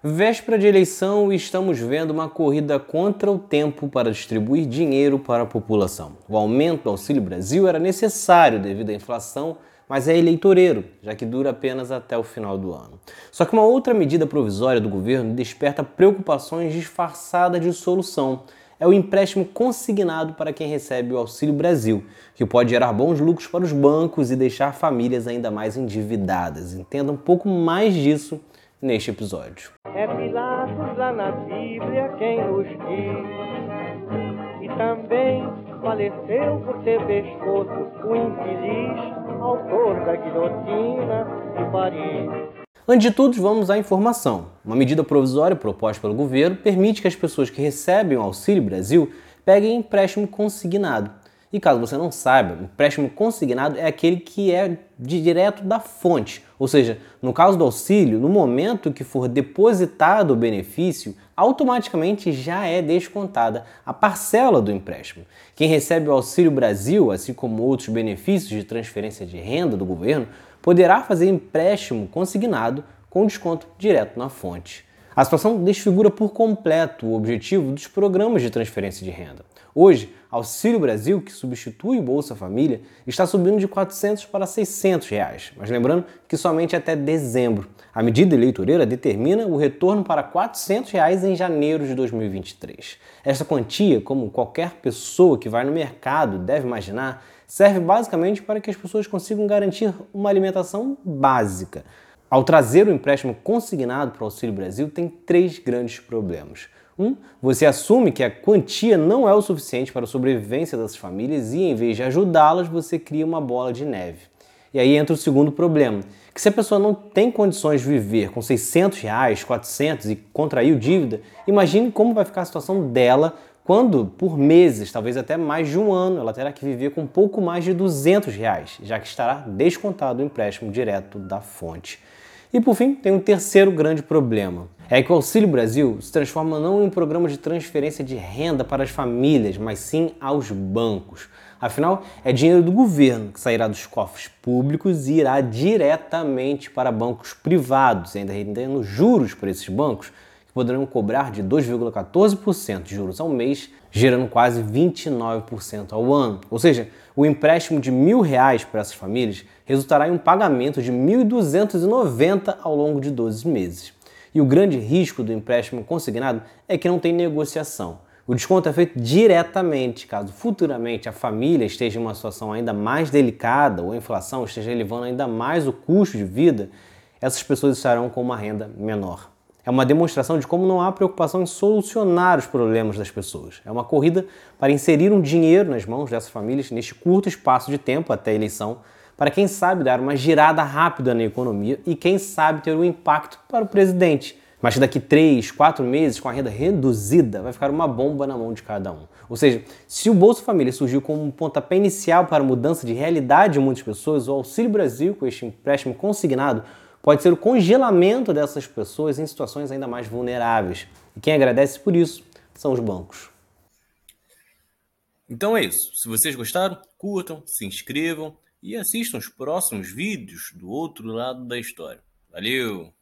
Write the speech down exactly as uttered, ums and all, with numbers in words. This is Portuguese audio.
Véspera de eleição e estamos vendo uma corrida contra o tempo para distribuir dinheiro para a população. O aumento do Auxílio Brasil era necessário devido à inflação, mas é eleitoreiro, já que dura apenas até o final do ano. Só que uma outra medida provisória do governo desperta preocupações disfarçadas de solução. É o empréstimo consignado para quem recebe o Auxílio Brasil, que pode gerar bons lucros para os bancos e deixar famílias ainda mais endividadas. Entenda um pouco mais disso neste episódio. É Pilatos lá na Bíblia quem nos diz, e também faleceu por ter pescoço o infeliz autor da guilhotina de Paris. Antes de tudo, vamos à informação. Uma medida provisória proposta pelo governo permite que as pessoas que recebem o Auxílio Brasil peguem empréstimo consignado. E caso você não saiba, empréstimo consignado é aquele que é de direto da fonte. Ou seja, no caso do auxílio, no momento que for depositado o benefício, automaticamente já é descontada a parcela do empréstimo. Quem recebe o Auxílio Brasil, assim como outros benefícios de transferência de renda do governo, poderá fazer empréstimo consignado com desconto direto na fonte. A situação desfigura por completo o objetivo dos programas de transferência de renda. Hoje, Auxílio Brasil, que substitui o Bolsa Família, está subindo de quatrocentos para seiscentos reais, mas lembrando que somente até dezembro. A medida eleitoreira determina o retorno para quatrocentos reais em janeiro de dois mil e vinte e três. Esta quantia, como qualquer pessoa que vai no mercado deve imaginar, serve basicamente para que as pessoas consigam garantir uma alimentação básica. Ao trazer o empréstimo consignado para o Auxílio Brasil, tem três grandes problemas. Um, você assume que a quantia não é o suficiente para a sobrevivência das famílias e, em vez de ajudá-las, você cria uma bola de neve. E aí entra o segundo problema, que se a pessoa não tem condições de viver com seiscentos reais, quatrocentos e contraiu dívida, imagine como vai ficar a situação dela quando, por meses, talvez até mais de um ano, ela terá que viver com pouco mais de duzentos reais, já que estará descontado o empréstimo direto da fonte. E por fim, tem um terceiro grande problema. É que o Auxílio Brasil se transforma não em um programa de transferência de renda para as famílias, mas sim aos bancos. Afinal, é dinheiro do governo que sairá dos cofres públicos e irá diretamente para bancos privados, ainda rendendo juros para esses bancos, que poderão cobrar de dois vírgula quatorze por cento de juros ao mês, gerando quase vinte e nove por cento ao ano. Ou seja, o empréstimo de mil reais para essas famílias resultará em um pagamento de mil duzentos e noventa ao longo de doze meses. E o grande risco do empréstimo consignado é que não tem negociação. O desconto é feito diretamente, caso futuramente a família esteja em uma situação ainda mais delicada ou a inflação esteja elevando ainda mais o custo de vida, essas pessoas estarão com uma renda menor. É uma demonstração de como não há preocupação em solucionar os problemas das pessoas. É uma corrida para inserir um dinheiro nas mãos dessas famílias neste curto espaço de tempo até a eleição, para quem sabe dar uma girada rápida na economia e quem sabe ter um impacto para o presidente. Mas que daqui três, quatro meses, com a renda reduzida, vai ficar uma bomba na mão de cada um. Ou seja, se o Bolsa Família surgiu como um pontapé inicial para a mudança de realidade de muitas pessoas, o Auxílio Brasil, com este empréstimo consignado, pode ser o congelamento dessas pessoas em situações ainda mais vulneráveis. E quem agradece por isso são os bancos. Então é isso. Se vocês gostaram, curtam, se inscrevam e assistam os próximos vídeos do outro lado da história. Valeu!